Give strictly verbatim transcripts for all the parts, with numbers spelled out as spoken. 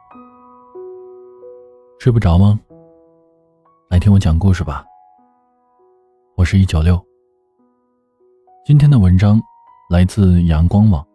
睡不着吗？来听我讲故事吧。我是一九六。今天的文章来自阳光网。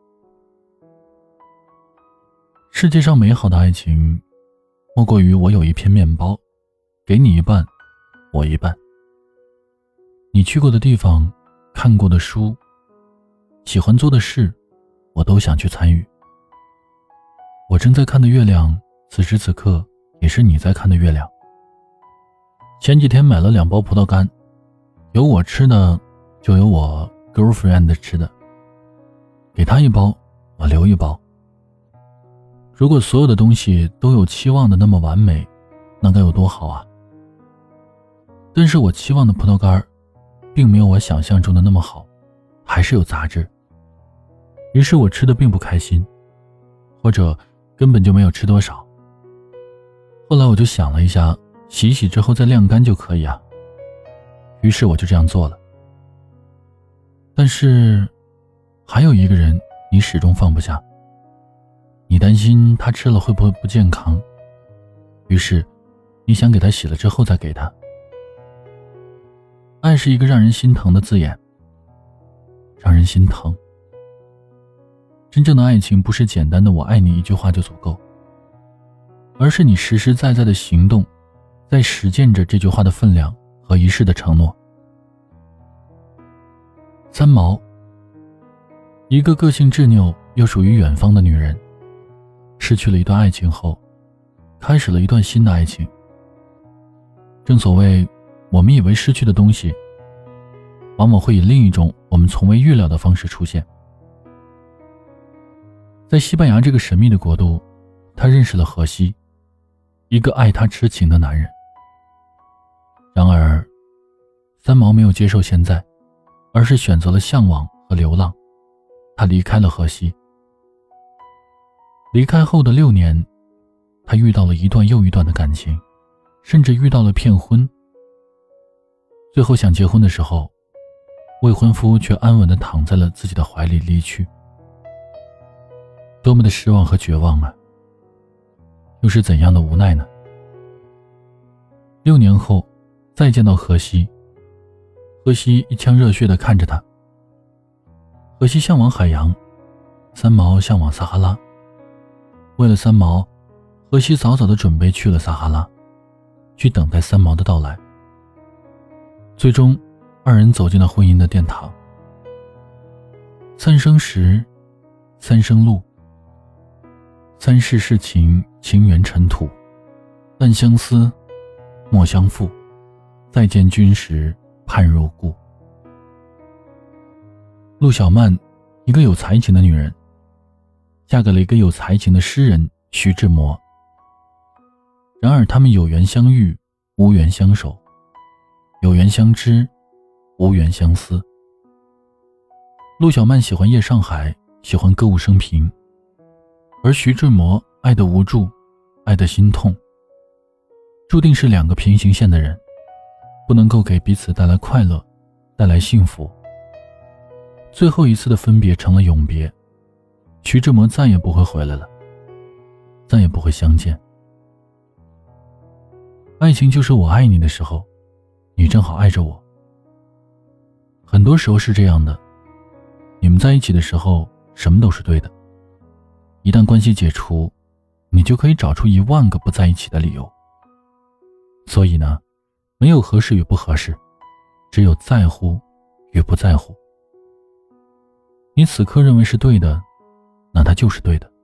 世界上美好的爱情，莫过于我有一片面包，给你一半，我一半。你去过的地方，看过的书，喜欢做的事，我都想去参与。我正在看的月亮，此时此刻也是你在看的月亮。前几天买了两包葡萄干，有我吃的，就有我 girlfriend 吃的，给他一包，我留一包。如果所有的东西都有期望的那么完美，那该有多好啊！但是我期望的葡萄干并没有我想象中的那么好，还是有杂质。于是我吃的并不开心，或者根本就没有吃多少。后来我就想了一下，洗一洗之后再晾干就可以啊。于是我就这样做了。但是还有一个人你始终放不下，你担心他吃了会不会不健康，于是你想给他洗了之后再给他。爱是一个让人心疼的字眼，让人心疼。真正的爱情不是简单的我爱你一句话就足够，而是你实实在在的行动，在实践着这句话的分量和一世的承诺。三毛，一个个性执拗又属于远方的女人，失去了一段爱情后，开始了一段新的爱情。正所谓，我们以为失去的东西，往往会以另一种我们从未预料的方式出现。在西班牙这个神秘的国度，他认识了荷西，一个爱他痴情的男人。然而，三毛没有接受现在，而是选择了向往和流浪。他离开了荷西。离开后的六年，他遇到了一段又一段的感情，甚至遇到了骗婚。最后想结婚的时候，未婚夫却安稳地躺在了自己的怀里离去。多么的失望和绝望啊！又是怎样的无奈呢？六年后，再见到荷西，荷西一腔热血地看着他。荷西向往海洋，三毛向往撒哈拉。为了三毛，荷西早早地准备去了撒哈拉，去等待三毛的到来。最终，二人走进了婚姻的殿堂。三生石，三生路，三世是情，情缘尘土，但相思，莫相负。再见君时，盼如故。陆小曼，一个有才情的女人，嫁给了一个有才情的诗人徐志摩。然而他们有缘相遇，无缘相守，有缘相知，无缘相思。陆小曼喜欢夜上海，喜欢歌舞升平，而徐志摩爱得无助，爱得心痛。注定是两个平行线的人，不能够给彼此带来快乐，带来幸福。最后一次的分别成了永别，徐志摩再也不会回来了，再也不会相见。爱情就是我爱你的时候，你正好爱着我。很多时候是这样的，你们在一起的时候什么都是对的，一旦关系解除，你就可以找出一万个不在一起的理由。所以呢，没有合适与不合适，只有在乎与不在乎。你此刻认为是对的，那它就是对的。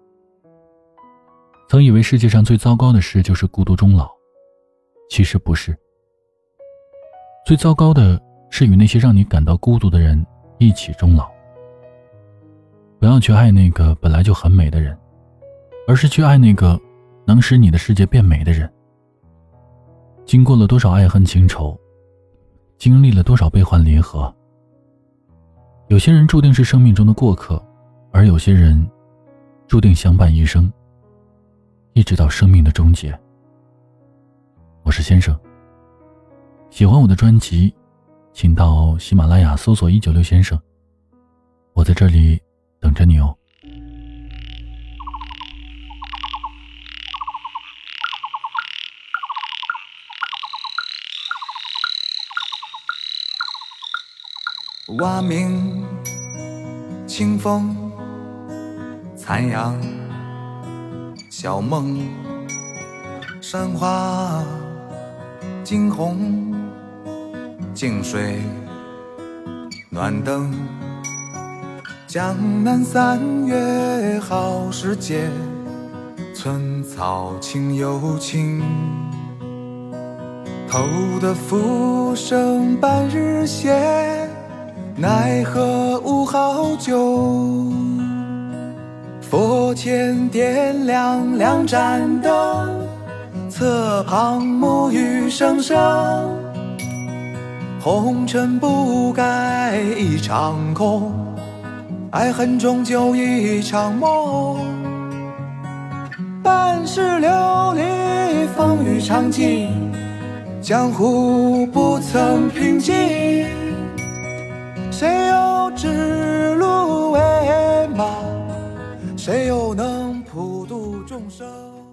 曾以为世界上最糟糕的事就是孤独终老，其实不是。最糟糕的是与那些让你感到孤独的人一起终老。不要去爱那个本来就很美的人，而是去爱那个能使你的世界变美的人。经过了多少爱恨情仇，经历了多少悲欢离合，有些人注定是生命中的过客，而有些人注定相伴一生，一直到生命的终结。我是先生，喜欢我的专辑，请到喜马拉雅搜索一九六先生，我在这里等着你哦。 蛙鸣清风残阳，小梦山花惊鸿，静水暖灯，江南三月好时节，寸草青又青。偷得浮生半日闲，奈何无好酒。佛前点亮两盏灯，侧旁沐雨声声。红尘不该一场空，爱恨终究一场梦。半世流离风雨长尽，江湖不曾平静。谁又知路为马，谁又能普度众生。